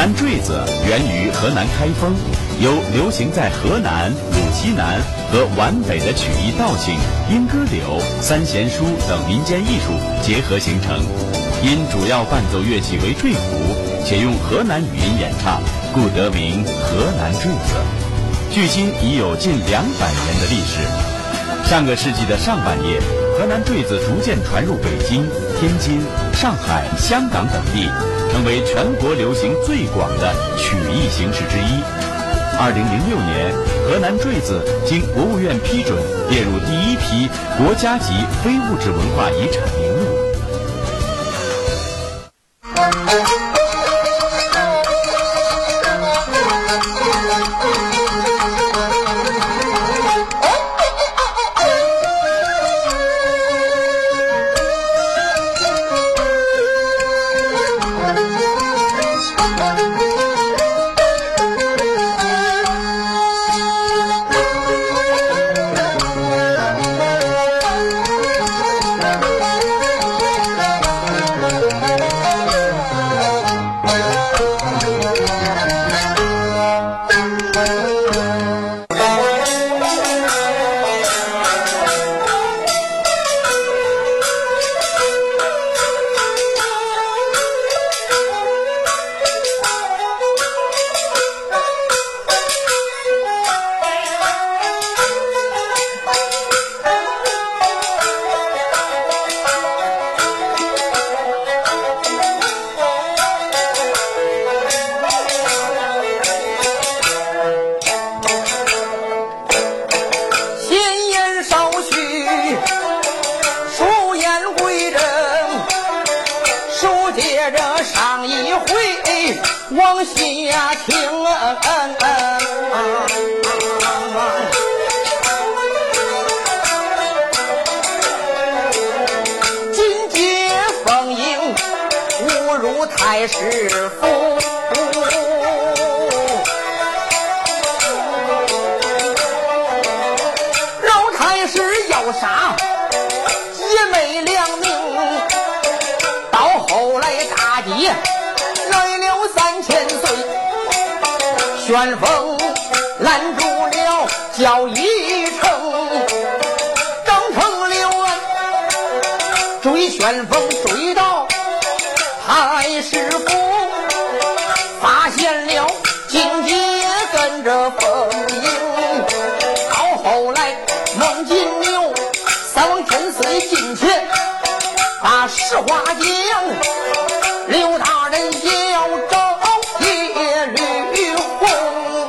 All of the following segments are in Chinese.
南坠子源于河南开封，由流行在河南、鲁西南和皖北的曲艺道庆、莺歌柳、三弦书等民间艺术结合形成。因主要伴奏乐器为坠胡，且用河南语音演唱，故得名河南坠子。距今已有近200年的历史。上个世纪的上半叶，河南坠子逐渐传入北京、天津、上海、香港等地，成为全国流行最广的曲艺形式之一。2006年，河南坠子经国务院批准，列入第一批国家级非物质文化遗产名录。 往下听金阶凤英侮辱太师府，老太师要杀姐妹2名，到后来大姐来了3000岁，旋风拦住了叫一程，张成刘恩追旋风追到太师府，发现了金姐跟着凤英，到后来孟金牛3王天岁进前把实话讲，刘大人也要找叶绿红。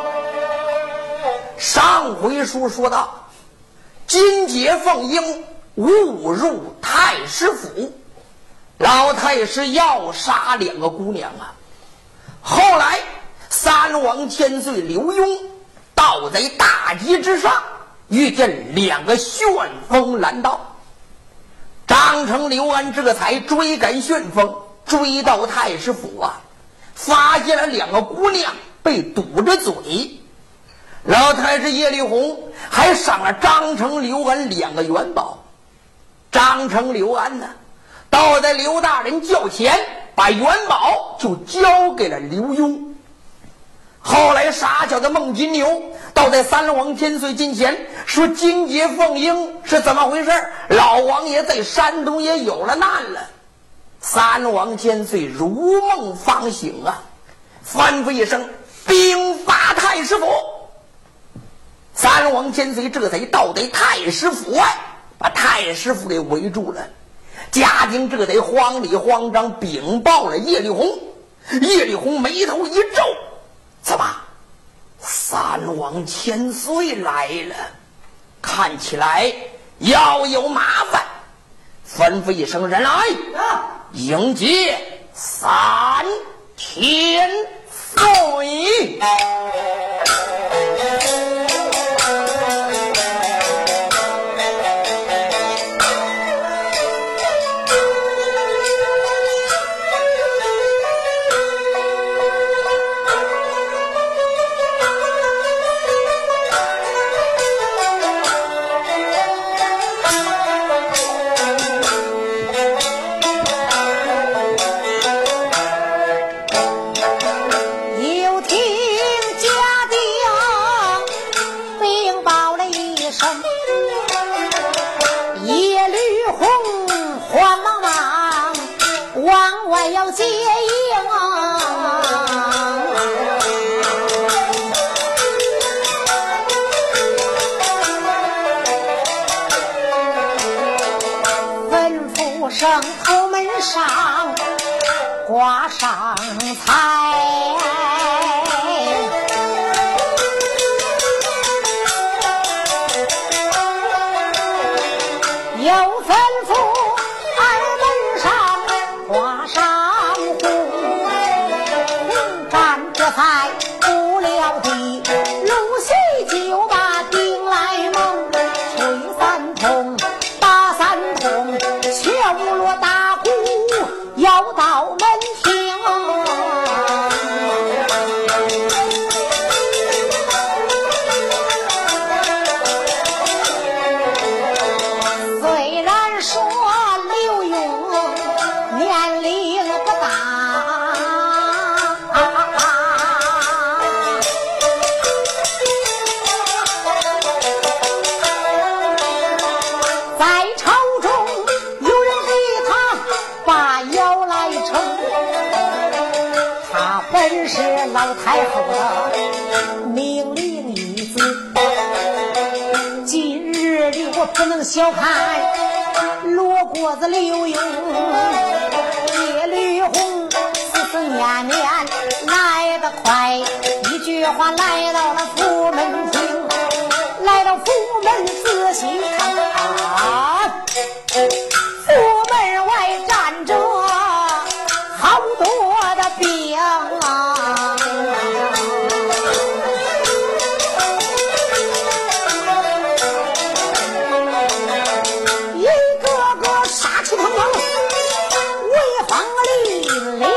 上回书说到金阶凤英误入太师府，老太师要杀2个姑娘啊。后来3王千岁刘墉倒在大街之上，遇见2个旋风拦道，张成刘安这才追赶旋风，追到太师府啊，发现了2个姑娘被堵着嘴。老太师叶丽红还赏了张成刘安2个元宝。张成刘安呢，倒在刘大人轿前，把元宝就交给了刘墉。后来傻小的孟金牛倒在3王千岁近前，说金阶凤英是怎么回事，老王爷在山东也有了难了。3王千岁如梦方醒啊，吩咐一声兵发太师府。3王千岁这才到得太师府外，把太师府给围住了。家丁这得慌里慌张禀报了叶丽红。叶丽红眉头一皱，怎么3王千岁来了？看起来要有麻烦。吩咐一声人来，迎接3天岁。 声，叶绿红慌忙忙往外要接应吩咐声头门上挂上彩，又吩咐二门上挂上红，红毡这才不了地，陆续就把顶来蒙，吹三通打三通，敲锣打鼓要到门厅。虽然说刘墉年龄不大，在朝中有人给他把腰来称，他本是老太后的命令一子。今日里我不能小看罗锅子刘墉，叶绿红思思念念来得快，一句话来到了府门厅，来到府门仔细看看，府门外站着好多的兵啊，一个个杀气腾腾，威风凛凛。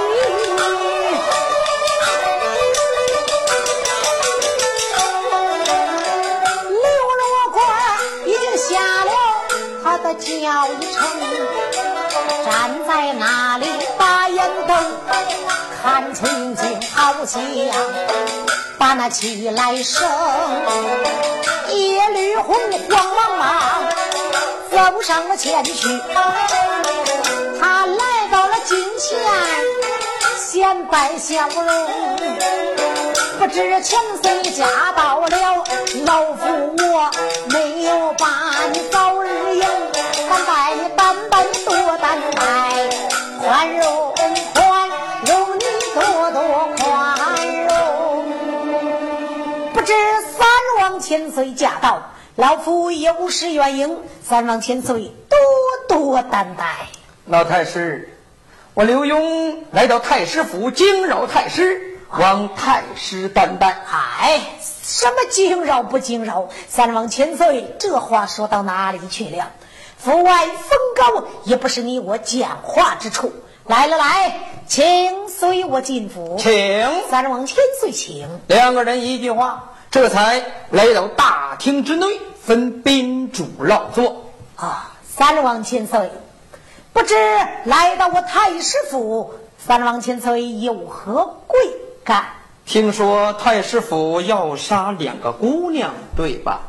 刘罗官已经下了他的轿一程，站在那里打眼灯，看情景好像把那气来生。叶绿红慌忙忙走上了前去，他来到了近前，先摆笑容，不知千岁驾到了，老夫我没有把你早日迎，担待你担待你多担待，宽容宽容你多多宽容，不知三王千岁驾到，老夫有失远迎，三王千岁多多担待。 老太师，我刘墉来到太师府惊扰太师，望太师担待。 哎，什么惊扰不惊扰？三王千岁，这话说到哪里去了？府外风高，也不是你我讲话之处。来了来，请随我进府。 请三王千岁，请。 两个人一句话，这才来到大厅之内，分宾主劳作。 啊，三王千岁，不知来到我太师府，三王千岁有何贵干？ 听说太师府要杀两个姑娘，对吧？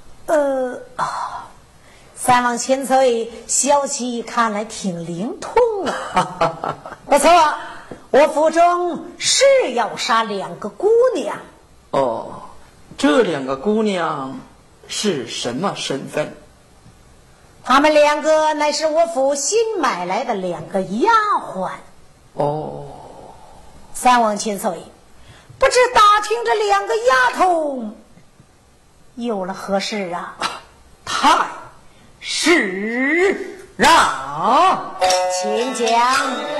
三王千岁消息看来挺灵通啊。不错，我府中是要杀两个姑娘。 哦，这两个姑娘是什么身份？ 她们两个乃是我府新买来的两个丫鬟。 哦， 三王千岁，不知打听这两个丫头有了何事啊？ 太师让， 请讲。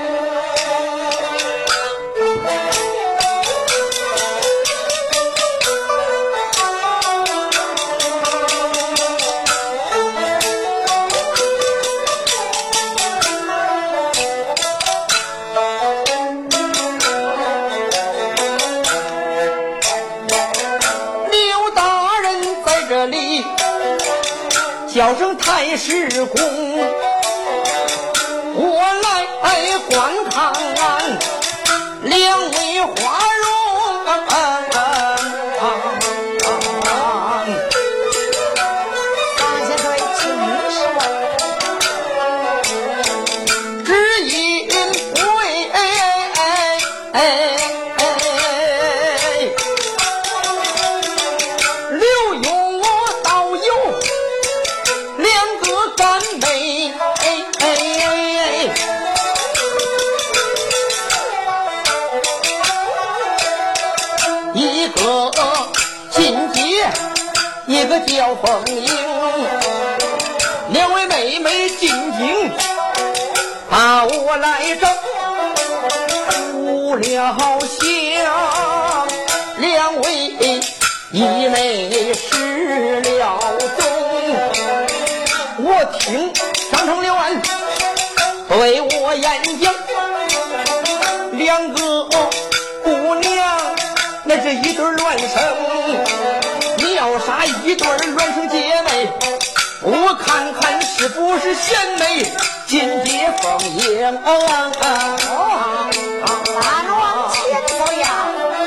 刘大人在这里叫声太师公，我来观看两位花容。 一个金姐，一个叫凤英，两位妹妹进京把我来找，出了乡，两位一妹失了踪。我听张成刘安对我演讲，两个姑娘那是一对孪生，你要杀一对孪生姐妹，我看看是不是贤妹金姐凤英。 三王千岁呀，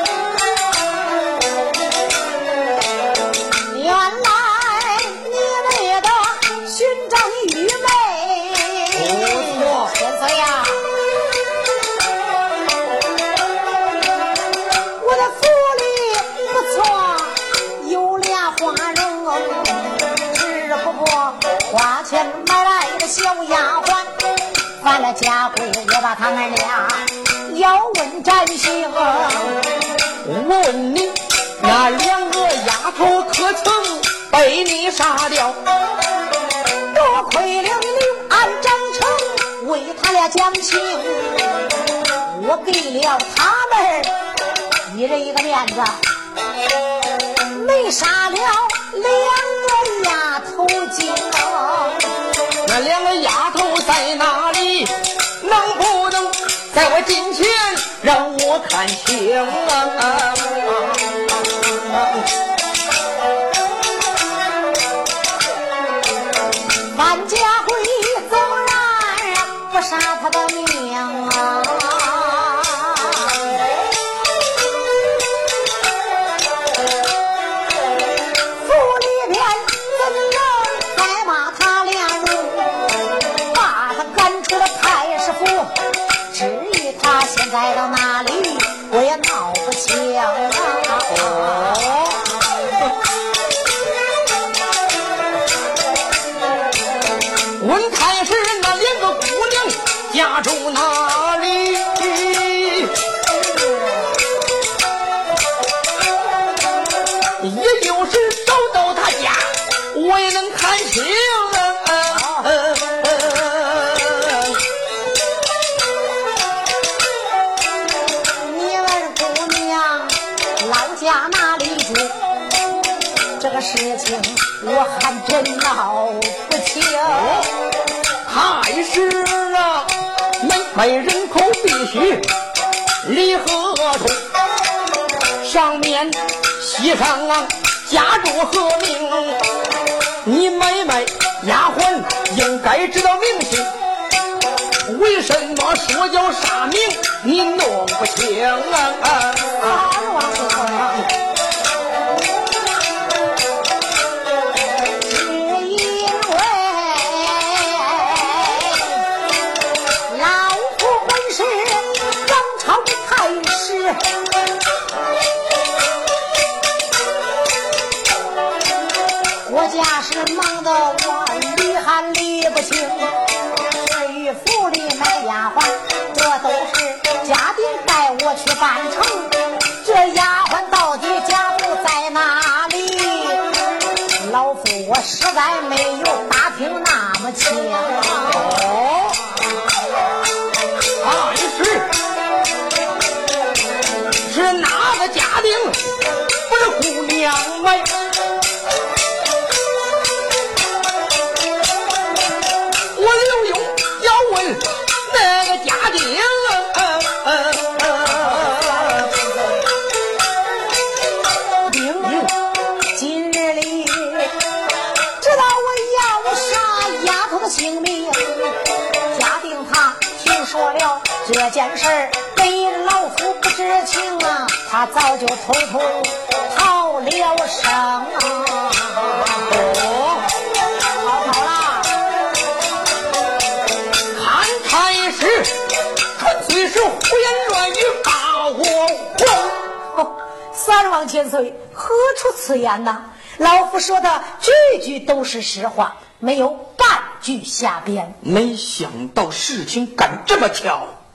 原来你为的寻找你愚昧，千岁呀，我的福利不错，有俩花容，只不过花钱买来的小丫鬟，犯了家规，我把他们俩要问斩刑。 我问你，那两个丫头可曾被你杀掉？ 多亏了刘安张成为他俩讲情，我给了他们一人一个面子，没杀了两个丫头精。 那两个丫头在哪里？能不能在我近前让我看清万家会纵然不杀他的命啊，府里边怎能再骂他俩人，把他赶出了太师府，至于他现在到哪里我也闹不清问太师那两个姑娘家住哪里？也就是找到他家我也能看清你们姑娘老家哪里住？这个事情我还真闹不清。 太师啊，妹人口必须离合同，上面写上家住何名，你妹妹丫鬟应该知道名姓，为什么说叫啥名你弄不清我家是忙得我理还理不清，至于府里买丫鬟，这都是家丁带我去办成。这丫鬟到底家住在哪里？老夫我实在没有打听那么清。 太师是哪个家丁？不是姑娘们。我刘墉要问那个家丁今日里知道我要杀丫头的性命，家丁他听说了这件事儿，被老夫不知情啊，他早就偷偷逃了生好了， 看太师纯粹是胡言乱语把我慌。 三王千岁，何出此言呢？老夫说的句句都是实话，没有半句瞎编。 没想到事情敢这么巧，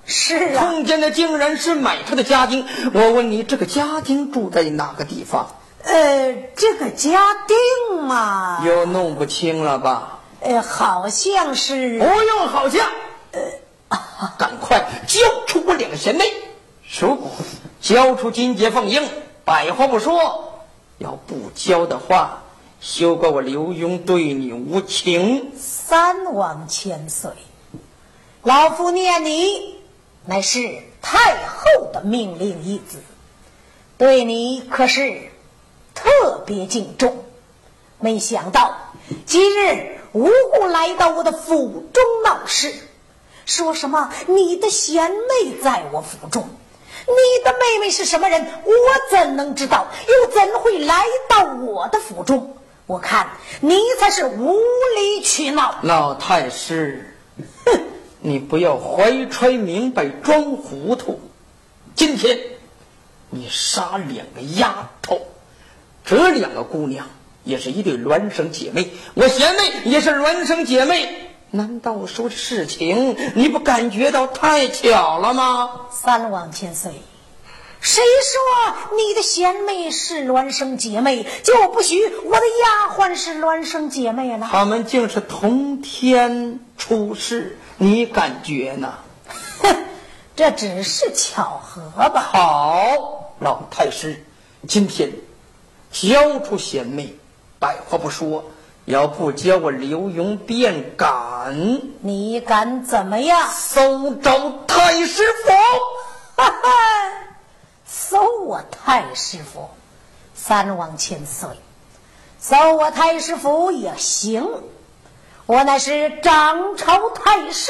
是啊， 碰见的竟然是买车的家丁。我问你，这个家丁住在哪个地方？ 这个家丁嘛， 又弄不清了吧？ 好像是。 不用好像，赶快交出我2个贤妹。如果交出金节凤英，百话不说；要不交的话，休怪我刘墉对你无情。 3王千岁，老夫念你乃是太后的命令一子，对你可是特别敬重。没想到今日无故来到我的府中闹事，说什么你的贤妹在我府中，你的妹妹是什么人，我怎能知道，又怎会来到我的府中？我看你才是无理取闹。 老太师，哼，你不要怀揣明白装糊涂。今天你杀2个丫头，这2个姑娘也是一对孪生姐妹，我贤妹也是孪生姐妹，难道我说的事情你不感觉到太巧了吗 ？3王千岁，谁说你的贤妹是孪生姐妹，就不许我的丫鬟是孪生姐妹呢？ 他们竟是同天出世，你感觉呢？ 哼，这只是巧合吧。 好，老太师，今天交出贤妹，百话不说，要不交我刘墉便敢。 你敢怎么样？ 搜找太师府。 哈哈，搜我太师府，3王千岁，搜我太师府也行。我乃是掌朝太师，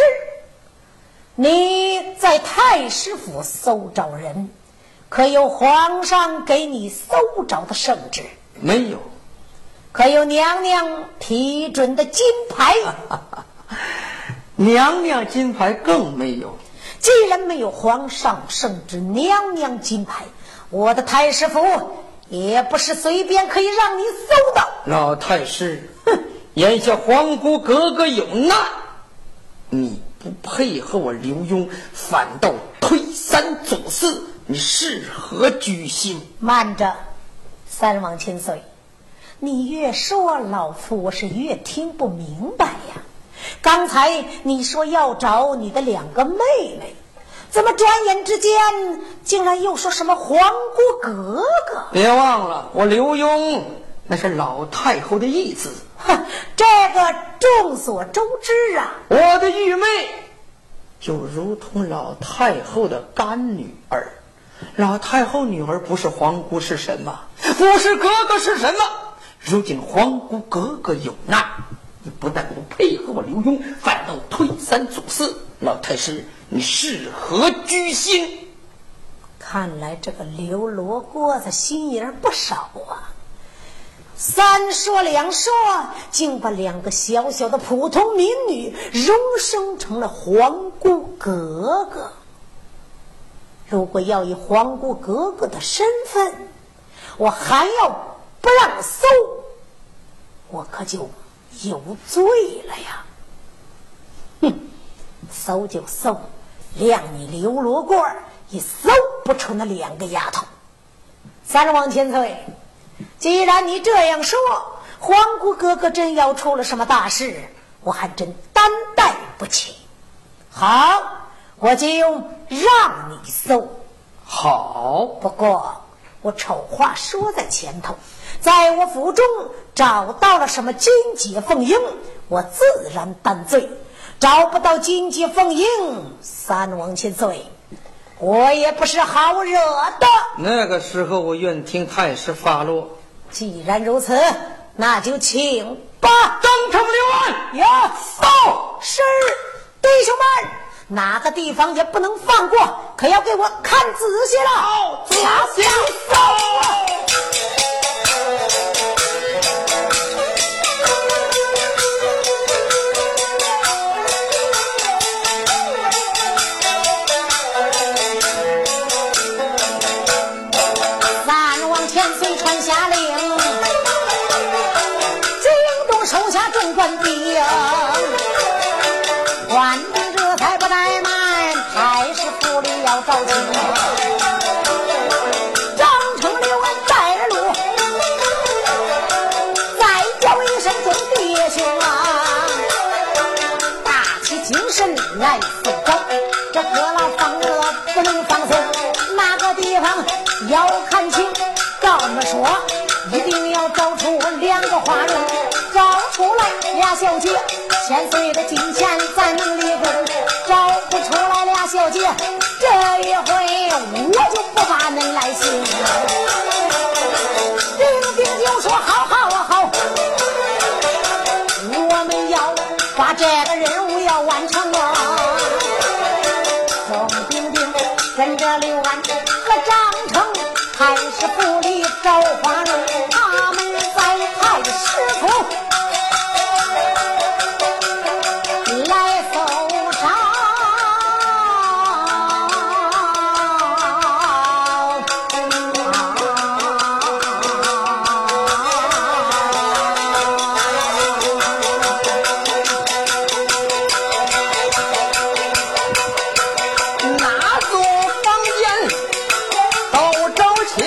你在太师府搜找人，可有皇上给你搜找的圣旨？ 没有。 可有娘娘批准的金牌？ 娘娘金牌更没有。 既然没有皇上圣旨，娘娘金牌，我的太师府也不是随便可以让你搜到。 老太师，眼下皇姑格格有难，你不配合我刘墉，反倒推三阻四，你是何居心？ 慢着，3王千岁，你越说老夫我是越听不明白呀。刚才你说要找你的2个妹妹，怎么转眼之间竟然又说什么皇姑格格？ 别忘了，我刘墉那是老太后的义子。 哼，这个众所周知啊。 我的玉妹就如同老太后的干女儿，老太后女儿不是皇姑是什么？不是格格是什么？如今皇姑格格有难，你不但不配合我刘墉，反倒推三阻四，老太师你是何居心？ 看来这个刘罗锅子心眼不少啊。3说2说，竟把2个小小的普通民女荣升成了皇姑格格。如果要以皇姑格格的身份，我还要不让搜，我可就有罪了呀。哼，搜就搜，谅你刘罗锅也搜不出那2个丫头。3王千岁，既然你这样说，皇姑哥哥真要出了什么大事，我还真担待不起。好，我就让你搜。 好， 不过我丑话说在前头，在我府中找到了什么金节凤英，我自然担罪；找不到金节凤英，3王千岁，我也不是好惹的。 那个时候我愿听太师发落。 既然如此，那就请吧。 张成刘安呀， 到是弟兄们，哪个地方也不能放过，可要给我看仔细了。 好， 仔细搜啊！3王千岁传下令，惊动手下众官兵，官兵这才不怠慢，太师来送走。这各老放热不能放松，哪个地方要看清？告我们说，一定要找出2个花人，找出来俩小姐，1000岁的金钱咱能立功。找不出来俩小姐，这一回我就不把恁来信。丁丁就说好好啊好，我们要把这个任务要完成啊。宋丁丁跟着刘安和张成太师府里找花荣，他们在太师府来搜查。 哪座房间都找清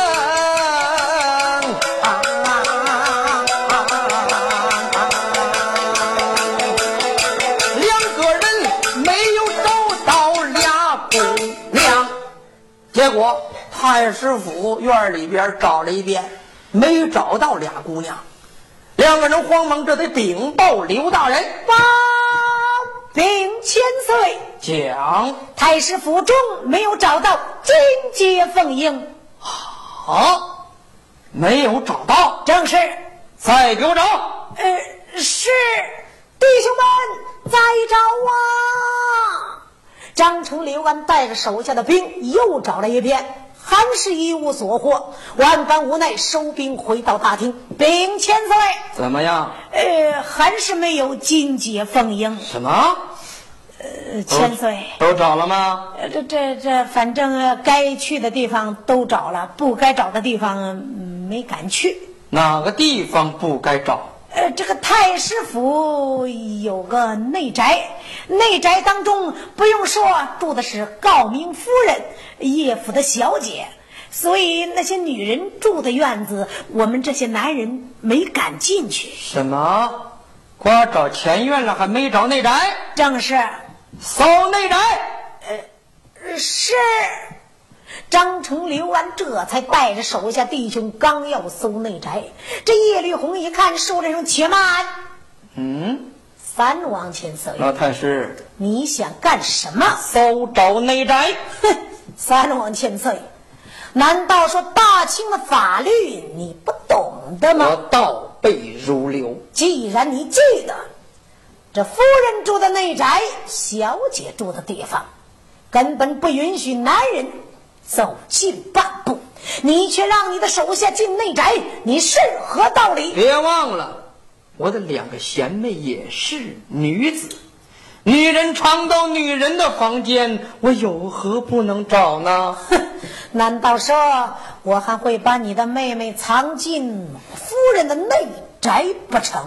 2个人没有找到俩姑娘，结果太师府院里边找了一遍，没找到俩姑娘。2个人慌忙这得禀报刘大人。 报禀千岁， 讲太师府中没有找到金阶凤英。 好，没有找到， 正是。 再给我找。 是，弟兄们再找啊！张成、刘安带着手下的兵又找了一遍，还是一无所获。万般无奈，收兵回到大厅，禀千岁。 怎么样？ 还是没有金阶凤英。 什么？ 千岁都找了吗？ 这，反正该去的地方都找了，不该找的地方没敢去。 哪个地方不该找？ 这个太师府有个内宅，内宅当中不用说住的是高明夫人叶府的小姐，所以那些女人住的院子，我们这些男人没敢进去。 什么？光找前院了，还没找内宅？ 正是。 搜内宅。 是。张成、刘安这才带着手下弟兄刚要搜内宅，这叶绿红一看，手人说：“且慢。”三王千岁， 老太师， 你想干什么？ 搜找内宅。 哼，三王千岁，难道说大清的法律你不懂的吗？ 我倒背如流。 既然你记得，这夫人住的内宅，小姐住的地方，根本不允许男人走近半步，你却让你的手下进内宅，你是何道理？ 别忘了，我的2个贤妹也是女子，女人常到女人的房间，我有何不能找呢？ 难道说我还会把你的妹妹藏进夫人的内宅不成？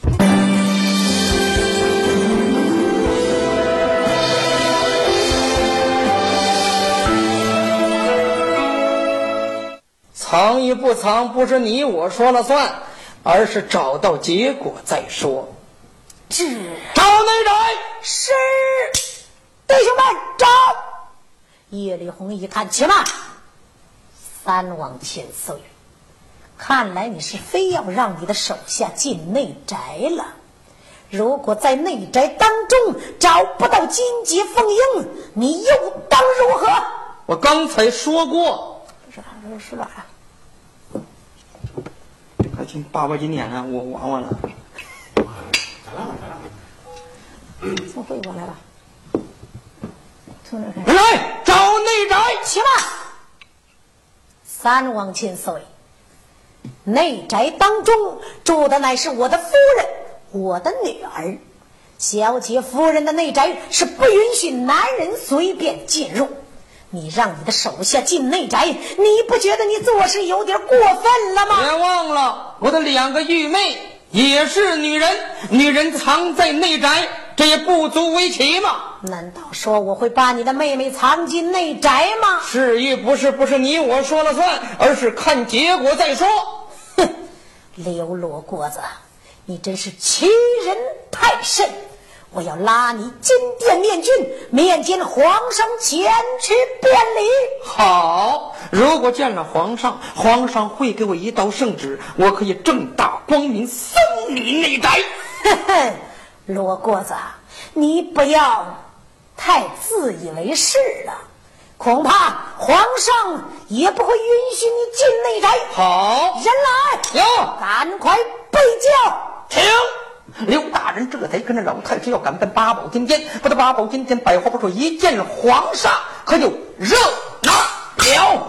藏与不藏不是你我说了算，而是找到结果再说。 是找内宅。 是，弟兄们找。叶丽红一看，且慢，三王千岁，看来你是非要让你的手下进内宅了。如果在内宅当中找不到金阶凤英，你又当如何？ 我刚才说过。 是吧？ 还挺爸爸今年呢，我玩完了。 从回过来了，从这开始来找内宅。 起吧，三王千岁，内宅当中住的乃是我的夫人，我的女儿。小姐夫人的内宅是不允许男人随便进入。你让你的手下进内宅，你不觉得你做事有点过分了吗？ 别忘了，我的2个玉妹也是女人，女人藏在内宅，这也不足为奇嘛。 难道说我会把你的妹妹藏进内宅吗？ 是与不是，不是你我说了算，而是看结果再说。 哼，刘罗锅子，你真是欺人太甚！ 我要拉你进殿面君，面见皇上前去辩理。 好，如果见了皇上，皇上会给我一道圣旨，我可以正大光明送你内宅。 呵呵，罗锅子，你不要太自以为是了，恐怕皇上也不会允许你进内宅。 好， 人来， 有， 赶快备轿。 停！刘大人这才跟着老太师要赶奔八宝金殿，不到八宝金殿，百花不说一见皇上，可就热闹了。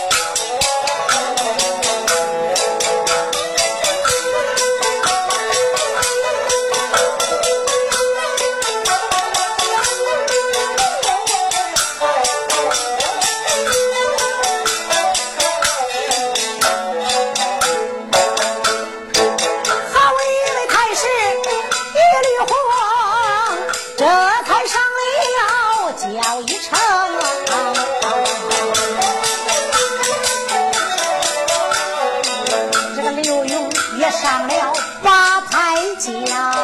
上了八抬轿，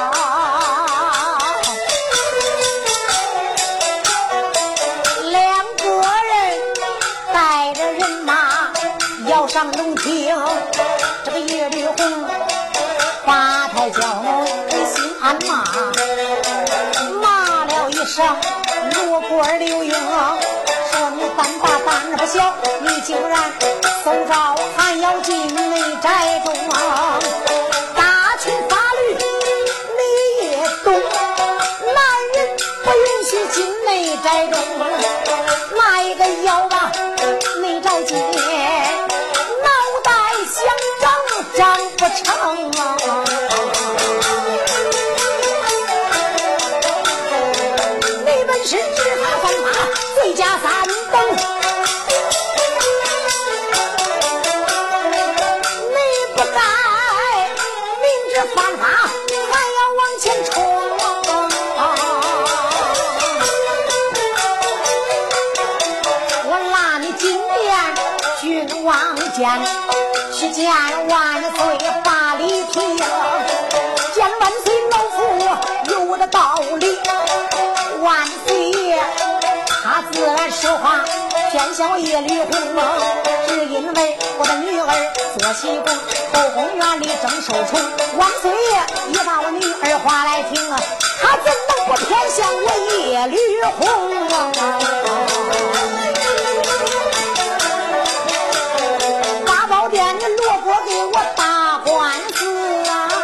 两个人带着人马要上龙庭。这个叶绿红八抬轿心暗骂了一声罗锅儿刘英，说你胆大胆不小，你竟然搜着还要进内宅中，大群法律你也懂，男人不允许进内宅中，那一个要把内宅进，脑袋想长不成你本是知法犯法，罪加三等，犯法还要往前冲，我拉你进殿君王见，去见万岁法理平，见万岁老夫有的道理，万岁爷他自然说话偏向我叶绿红，只因为我的女儿做西宫，后宫园里正受宠，万岁爷也把我女儿话来听，他怎能不偏向我叶绿红八宝殿你罗锅给我打官司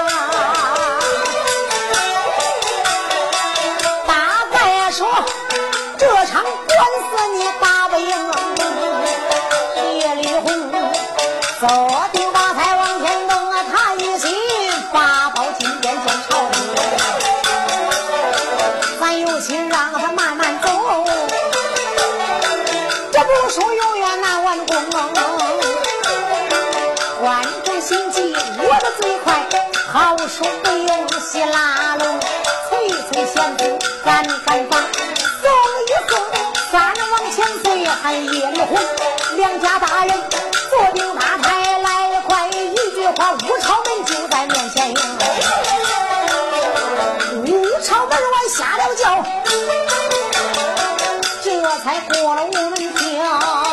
大概说这场官司你打不赢，叶绿红走定八抬往前动他一心八宝金殿见朝廷，咱有心让他慢慢走，这部书永远难完工，观众心急我的最快，好书不用西拉拢，催催贤子赶赶房，送一送三往前随喊叶绿红，两家大人坐定大台来得快，一句话武朝门就在面前迎，武朝门外下了轿，这才过了午门厅，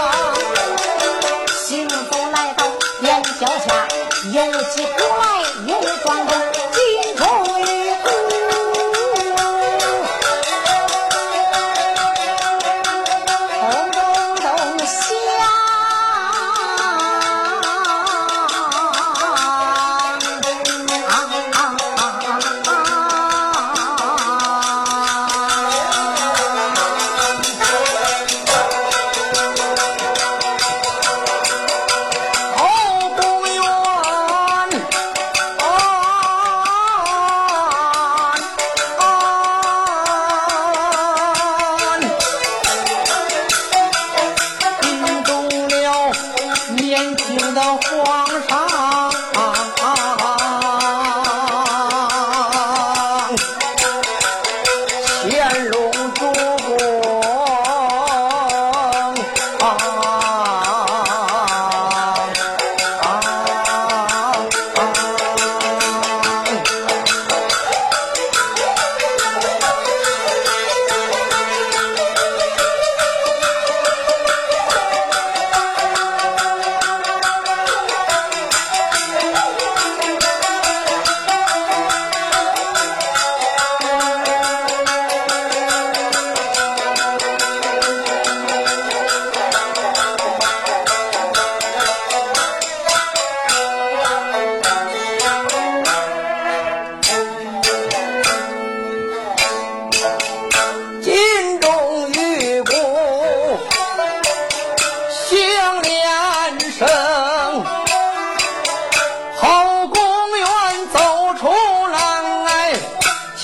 行走来到殿脚下，有起鼓来有庄动金钟玉鼓，咚咚咚响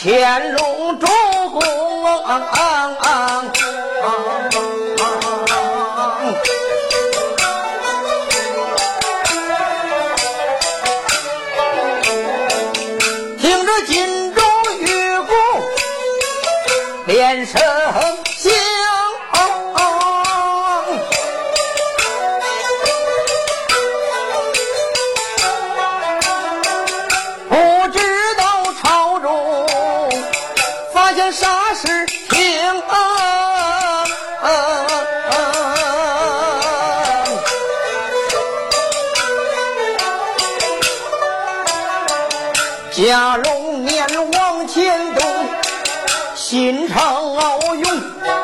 乾隆主公，听着金钟玉鼓连声响，不知道朝中发现啥事情家龙年往前动，心肠骁勇，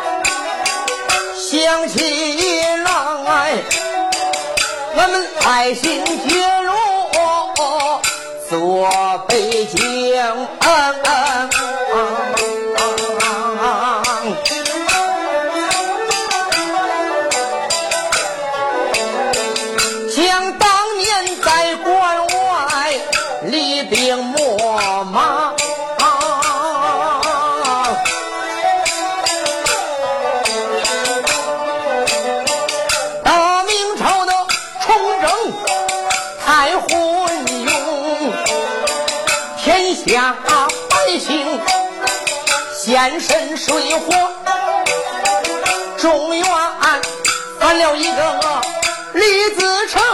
想起来我们爱新觉罗做北京想当年在关外立兵秣马，大明朝的崇祯太昏庸，天下百姓献身水火，中原犯了一个李自成，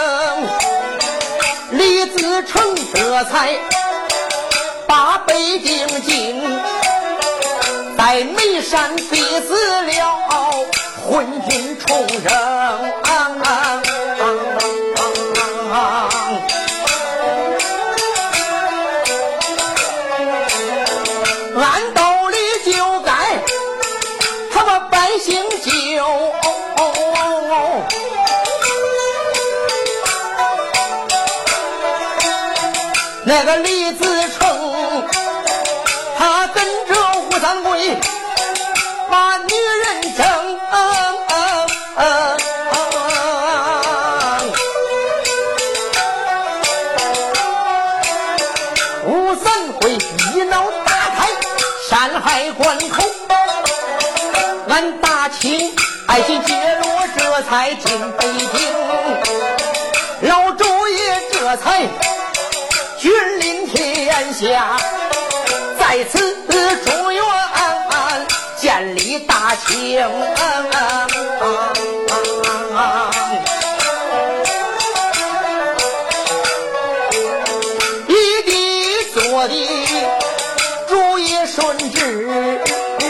李自成这才把北京进，在眉山逼死了昏君崇祯，按道理就该他们百姓救，那个李自成他跟着吴三桂把女人争，吴三桂一脑大开山海关口，俺大清爱新觉罗这才进北京，老主爷这才君临天下，在此中原建立大清，一地做的主业顺治，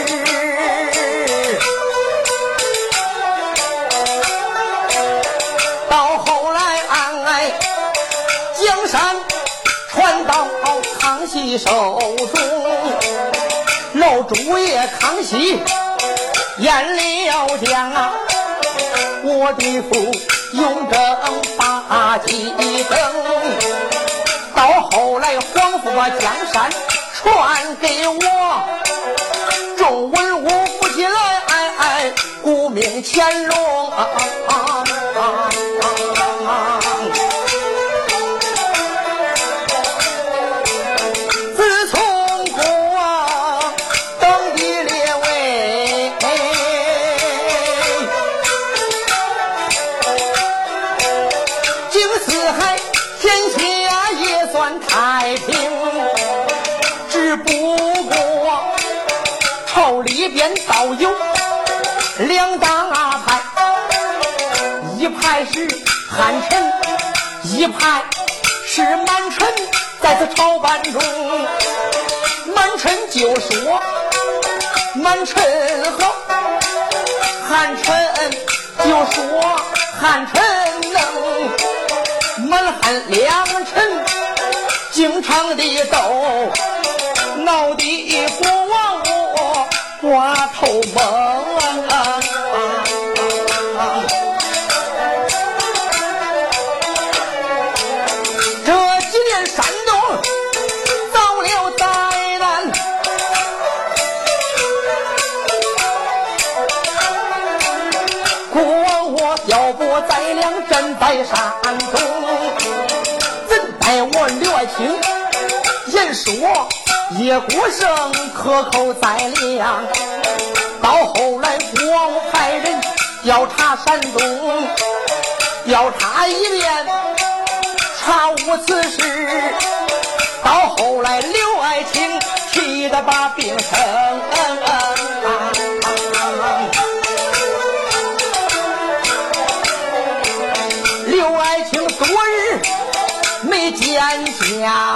到后来江山传到康熙手中，老主爷康熙验了将我的父雍正八旗灯，到后来皇父把江山传给我，众文武扶起来古名乾隆，自从国王登基列位，经四海天下也算太平，只不过朝里边倒有两大派，一派是汉臣，一派是满臣，在此朝办中，满臣就说满臣好，汉臣就说汉臣能，满汉两臣经常的斗，闹得国王我挂头蒙，这几年山东遭了灾难，国王我调拨载粮镇在山中，怎待我刘爱卿言说野鼓声可口在亮。到后来国王派人调查山东，调查一遍查无此事。到后来刘爱卿气得把病生，刘爱卿多日没见家，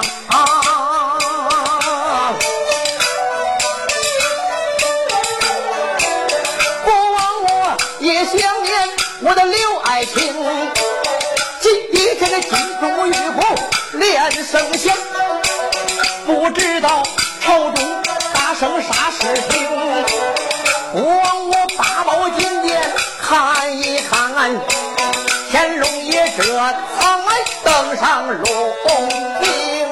国王我也想念我的刘爱卿。今天的金钟玉壶连声响，不知道朝中发生啥事情。国王我八宝金殿看一看，乾隆爷这才登上龙庭。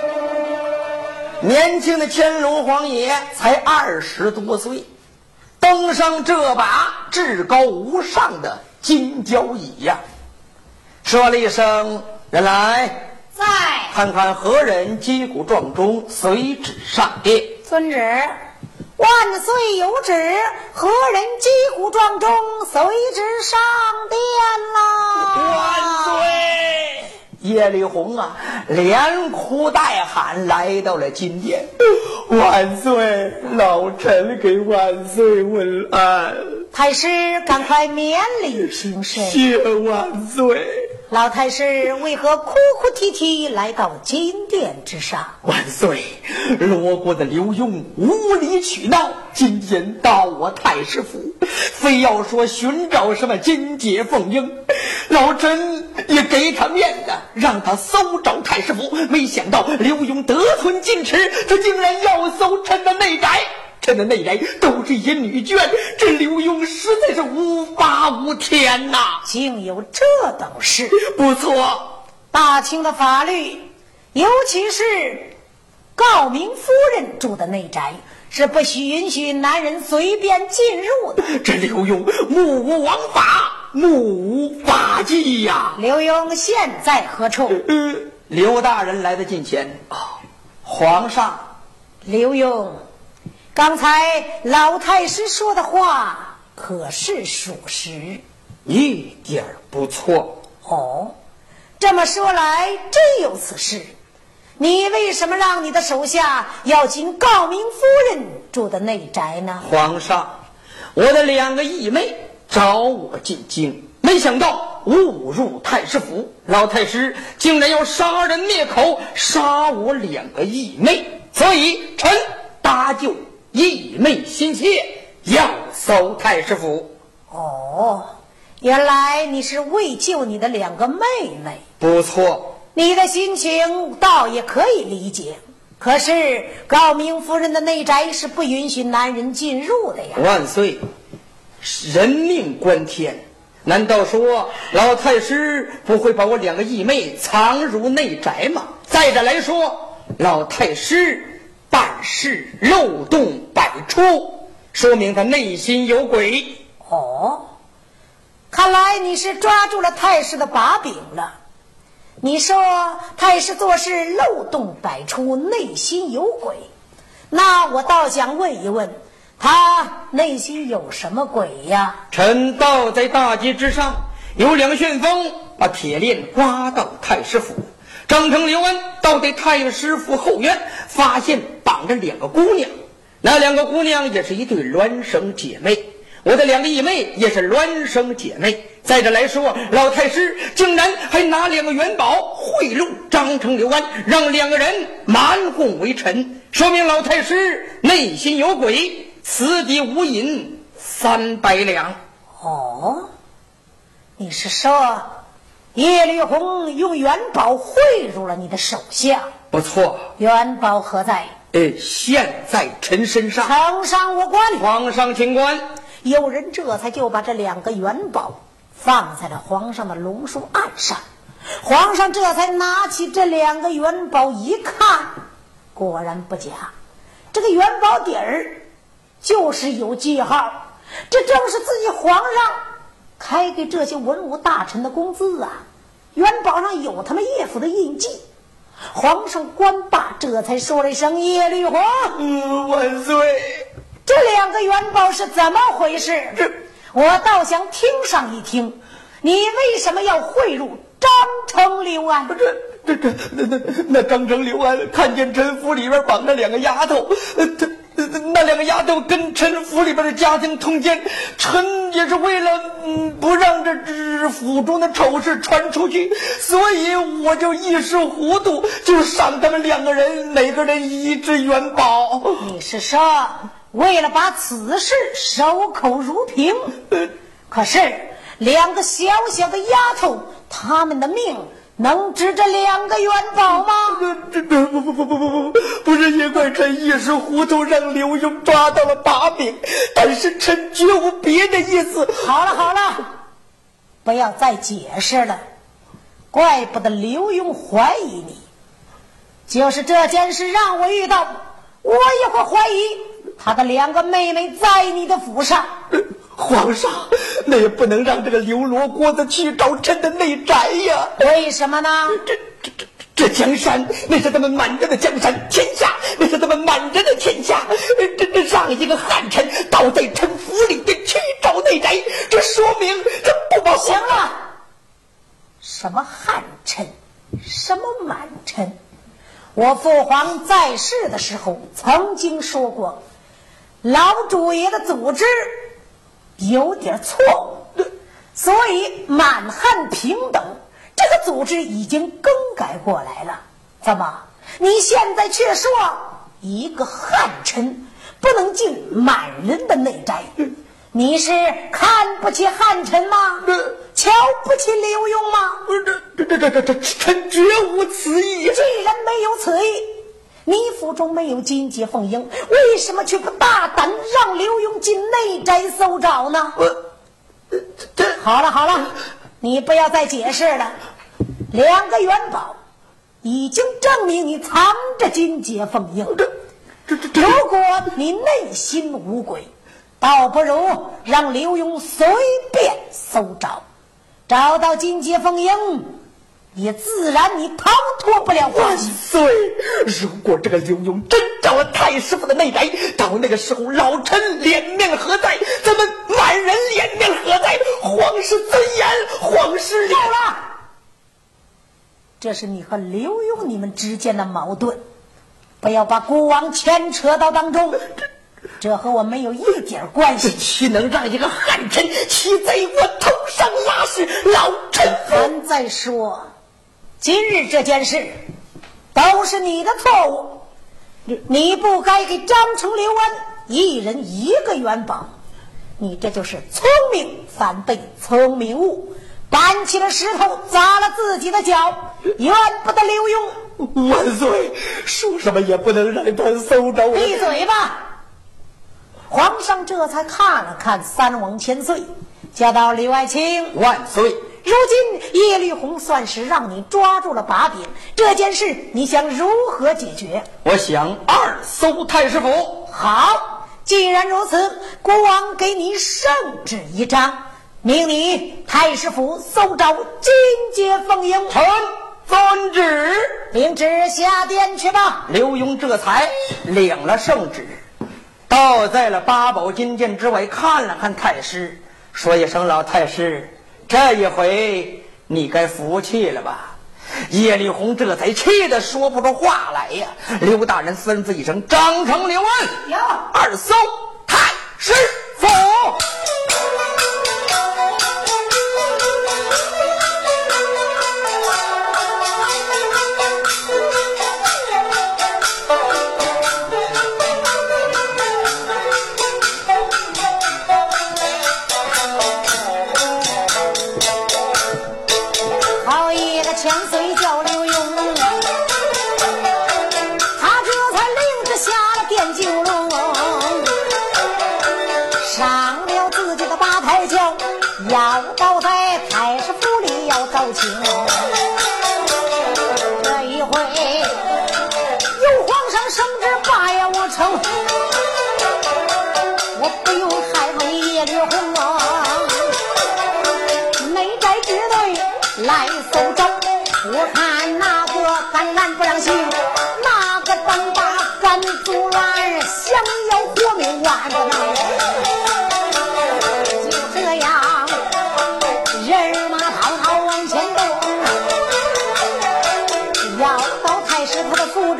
年轻的乾隆皇爷才20多岁，登上这把至高无上的金交椅呀，说了一声：“人来！” 在。 看看何人击鼓撞钟，随旨上殿。 遵旨。万岁有旨，何人击鼓撞钟，随旨上殿啦！ 万岁！叶丽红啊，连哭带喊来到了金殿。万岁，老臣给万岁问安。 太师，赶快免礼平身。 谢万岁。 老太师为何哭哭啼啼来到金殿之上？ 万岁，罗国的刘墉无理取闹，今天到我太师府，非要说寻找什么金节凤英，老臣也给他面子，让他搜找太师府。没想到刘墉得寸进尺，他竟然要搜臣的内宅。臣的内宅都是一些女眷，这刘墉实在是无法无天呐！ 竟有这等事！ 不错， 大清的法律，尤其是诰明夫人住的内宅，是不许允许男人随便进入的。 这刘墉目无王法，目无法纪呀！ 刘墉现在何处？ 刘大人来到近前。皇上， 刘墉，刚才老太师说的话可是属实？ 一点不错。 哦，这么说来真有此事。你为什么让你的手下要进诰明夫人住的内宅呢？ 皇上，我的2个义妹找我进京，没想到误入太师府，老太师竟然要杀人灭口，杀我2个义妹，所以臣搭救义妹心切，要搜太师府。 哦，原来你是为救你的2个妹妹。 不错， 你的心情倒也可以理解，可是诰明夫人的内宅是不允许男人进入的呀。 万岁，人命关天，难道说老太师不会把我2个义妹藏入内宅吗？再者来说，老太师办事漏洞百出，说明他内心有鬼。 哦，看来你是抓住了太师的把柄了。你说太师做事漏洞百出，内心有鬼，那我倒想问一问，他内心有什么鬼呀？ 臣倒在大街之上，有2个旋风把铁链刮到太师府，张成刘安到对太师府后院，发现绑着2个姑娘，那2个姑娘也是一对孪生姐妹，我的2个义妹也是孪生姐妹。再者来说，老太师竟然还拿2个元宝贿赂张成刘安，让2个人瞒混为臣，说明老太师内心有鬼，此地无银300两。 哦，你是说叶绿红用元宝贿赂了你的手下？ 不错。 元宝何在？ 现在臣身上。 呈上我观。 皇上请观。 有人这才就把这2个元宝放在了皇上的龙书案上，皇上这才拿起这2个元宝一看，果然不假，这个元宝底儿就是有记号，这正是自己皇上开给这些文武大臣的工资啊！元宝上有他们叶府的印记， 皇上官罢，这才说了一声叶绿红， 万岁。 这2个元宝是怎么回事？我倒想听上一听，你为什么要贿赂张成刘安？ 那张成刘安看见陈府里边绑着2个丫头，那2个丫头跟陈府里边的家庭通奸，陈也是为了不让这府中的丑事传出去，所以我就一时糊涂，就赏他们2个人每个人1只元宝。 你是说为了把此事守口如瓶？可是2个小小的丫头，他们的命能值这2个元宝吗？ 不是因为臣一时糊涂让刘墉抓到了把柄，但是臣绝无别的意思。 好了，不要再解释了，怪不得刘墉怀疑你，就是这件事让我遇到，我也会怀疑他的2个妹妹在你的府上。 皇上，那也不能让这个刘罗锅子去找朕的内宅呀。 为什么呢？ 这江山那是咱们满人的江山，天下那是咱们满人的天下。这让一个汉臣倒在臣府里边去找内宅，这说明这不保。 行了，什么汉臣，什么满臣？我父皇在世的时候曾经说过，老主爷的组织有点错误，所以满汉平等这个组织已经更改过来了。怎么你现在却说一个汉臣不能进满人的内宅？你是看不起汉臣吗？瞧不起刘墉吗？ 臣绝无此意。 既然没有此意，你府中没有金阶凤英，为什么却不大胆让刘墉进内宅搜找呢？好了，你不要再解释了。2个元宝已经证明你藏着金阶凤英，如果你内心无鬼，倒不如让刘墉随便搜找，找到金阶凤英，也自然你逃脱不了关系。 如果这个刘墉真找了太师傅的内宅，到那个时候老臣脸面何在？咱们满人脸面何在？皇室尊严，皇室够了！这是你和刘墉你们之间的矛盾，不要把国王牵扯到当中，这和我没有一点关系。 岂能让一个汉臣骑在我头上拉屎？老臣还在说今日这件事都是你的错误，你不该给张成刘安1人1个元宝，你这就是聪明反被聪明误，搬起了石头砸了自己的脚，怨不得刘墉。 万岁，说什么也不能让他搜着我。 闭嘴吧！皇上这才看了看3王千岁，叫到李爱卿。 万岁。 如今叶绿红算是让你抓住了把柄，这件事你想如何解决？ 我想2搜太师府。 好，既然如此，国王给你圣旨一张，命你太师府搜找金阶凤英。 臣遵旨。 领旨下殿去吧。 刘墉这才领了圣旨，倒在了八宝金殿之外，看了看太师，说一声：“老太师，这一回你该服气了吧？”叶丽红这才气得说不出话来呀。刘大人吩咐一声：“张成刘安，2搜太师府。” 千岁叫刘墉，他这才领着下了殿九龙，上了自己的八抬轿，要到在太师府里要招亲。这一回有皇上圣旨罢呀我成，我不用害怕你叶绿红啊，内宅之内来搜找。我看那个敢不让行，那个当把敢阻拦，想要活命万不能。就这样，人马滔滔往前动，要到太师他的府中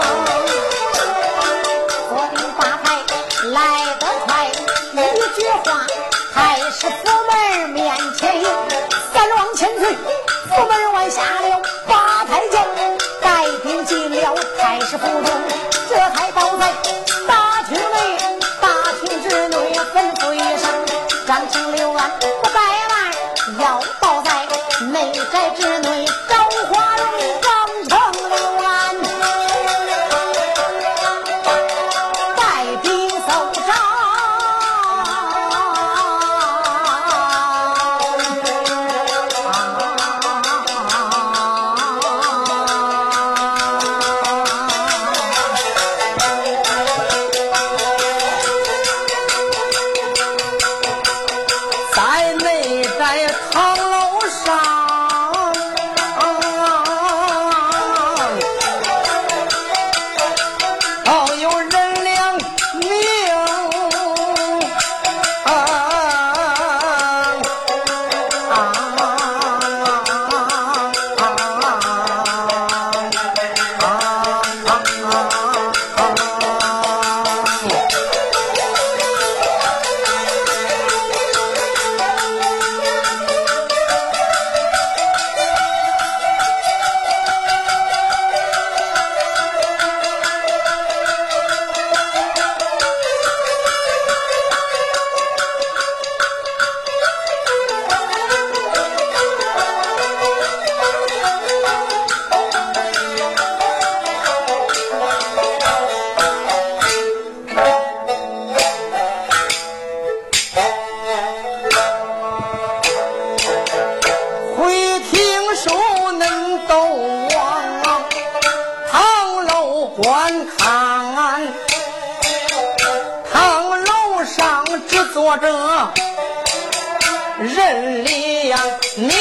坐定八抬来得快，一句话太师府门面前迎，三往前退，府门外下了八抬轿，带兵进了太师府中，这才倒在大厅内，大厅之内吩咐一声，张清刘安不怠慢，要倒在内宅之内找花荣张成刘安，带兵搜找。 在内宅堂楼上，都有人两名，回听书恁都往堂楼观看，堂楼上只坐着人两名，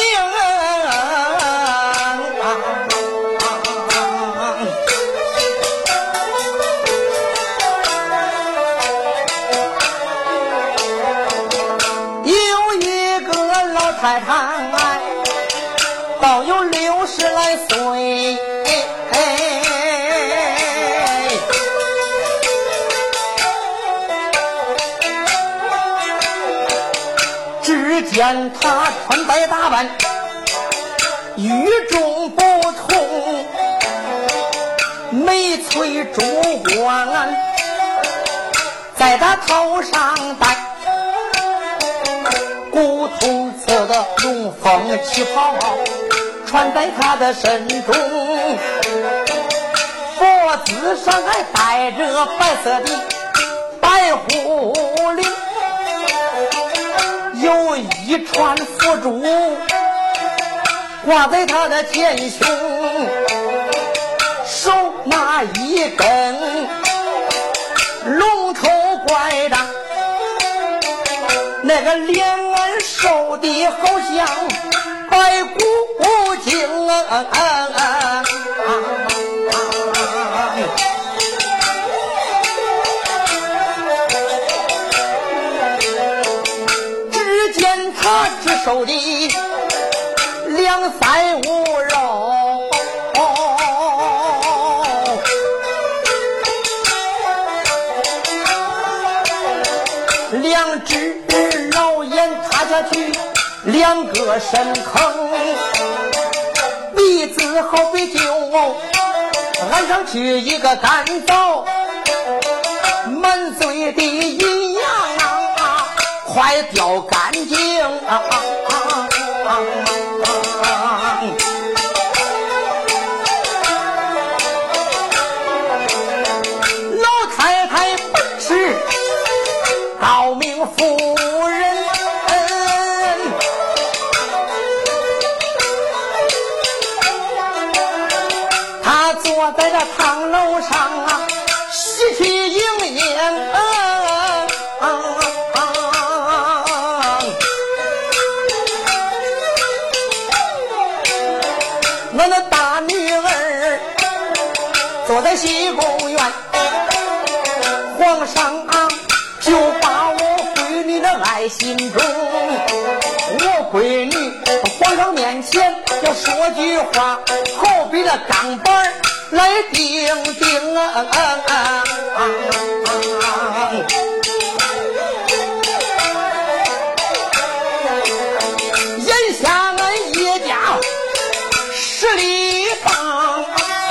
有一个老太太倒有60来岁，只见她穿戴打扮与众不同，翡翠珠冠在她头上戴，古铜色的龙凤旗袍穿在她的身中，脖子上还戴着白色的白狐翎，有一串佛珠挂在她的前胸，手拿一根龙头拐杖，那个脸瘦的好像白骨精，只见他只手的两腮无肉，两只老眼塌下去，两个深坑，鼻子好比酒按上去一个干燥，满嘴的银样快掉干净，老太太本是高明夫人，她坐在这堂楼上喜气盈盈，我那大女儿坐在西宫院，皇上就把我闺女的爱心中，我闺女皇上面前要说句话，好比那钢板来钉钉眼下俺叶家实力棒，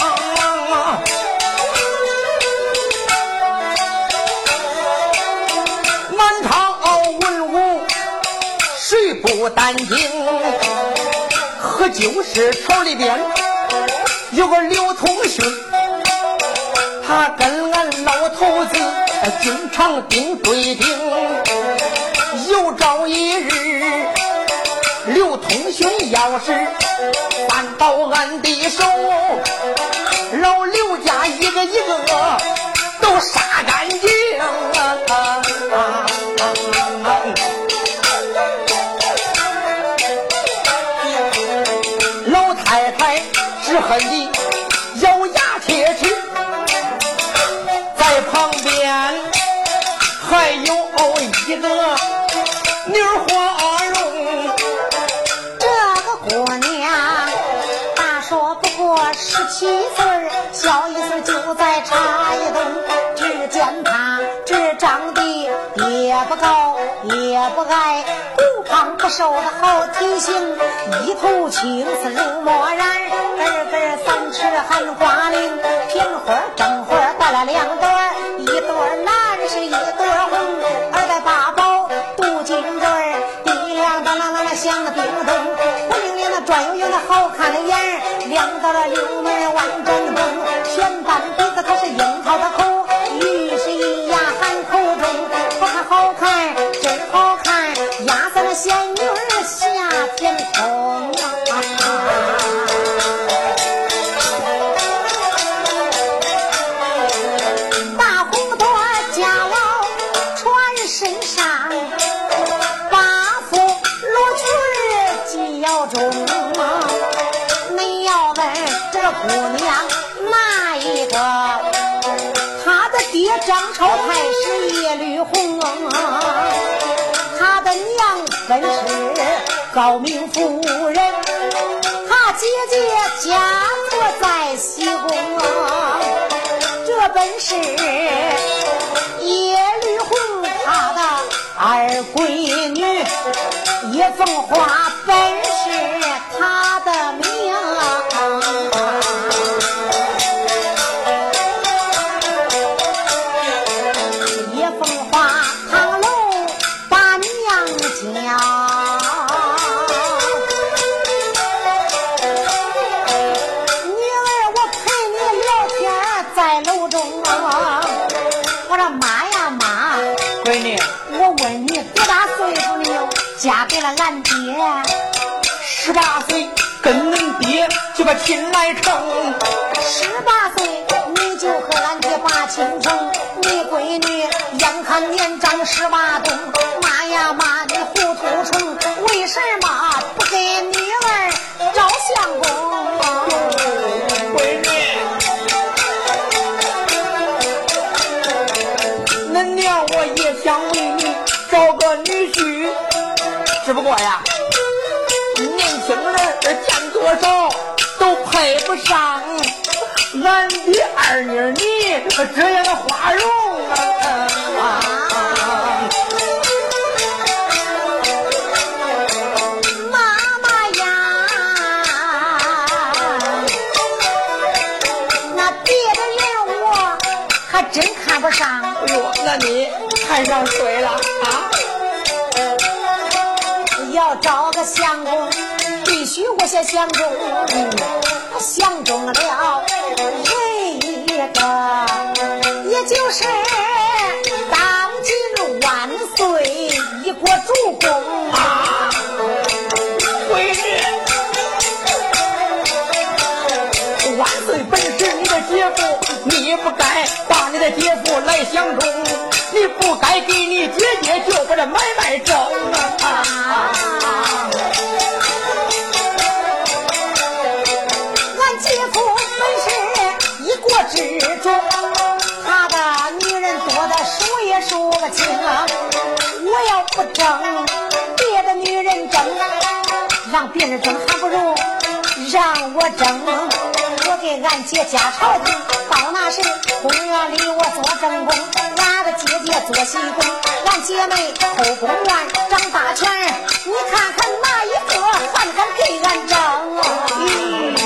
满朝文武谁不担惊，何就是朝里边有个刘同勋，他跟俺老头子经常顶对顶，有朝一日刘同勋要是搬到俺的手，老刘家一个一个都杀干净老太太只恨的咬牙切齿，在旁边还有一个女花容， 这个姑娘大说不过17岁，小1岁就在茶叶洞，只见她只长得也不高也不矮，不胖不瘦的好体型，一头青丝如墨染，根根3尺含花翎，平花正花带了2朵，一朵蓝是一朵红，二代八宝镀金坠，滴亮当啷啷啷响的叮咚，火灵灵的转悠悠的好看的眼，亮到了6门万正灯，全半鼻子可是樱桃的口，玉是一牙含口中，好看真好看，压在了仙女下天空大红朵家老穿身上，八副罗裙系腰中，你要问这姑娘哪一个，她的爹张超太师叶绿红，她的娘本是高明夫人，她姐姐家坐在西宫，这本是叶绿红她的二闺女，叶凤花本是她的名，叶凤花堂楼把娘叫，女儿我陪你聊天在楼中，我说妈呀妈， 闺女， 我问你多大岁数了有？嫁给了俺爹 18岁跟恁爹就把亲来成 ，18岁你就和俺爹把亲成，你闺女眼看年长18冬，妈呀妈你糊涂虫，为什么不给女儿找相公？ 闺女，恁娘我也想为你找个女婿，只不过呀年轻人见多少都配不上俺的二女你这样的花容妈妈呀，那别的人我还真看不上。 哎呦，那你看上谁了啊？ 要找个相公，必须我先相中，相中了人一个，也就是当今万岁一国主公啊！闺女，万岁本是你的姐夫，你不该把你的姐夫来相中，你不该给你姐姐就把这买卖挣啊！ 俺姐夫本是一国之中，他的女人多的数也数不清啊！我要不争，别的女人争，让别人争还不如让我争。我给俺姐家朝廷，到那时公园里我做正宫，俺的姐姐做西宫，俺姐妹后宫院掌大权，你看看哪一个还敢给俺争？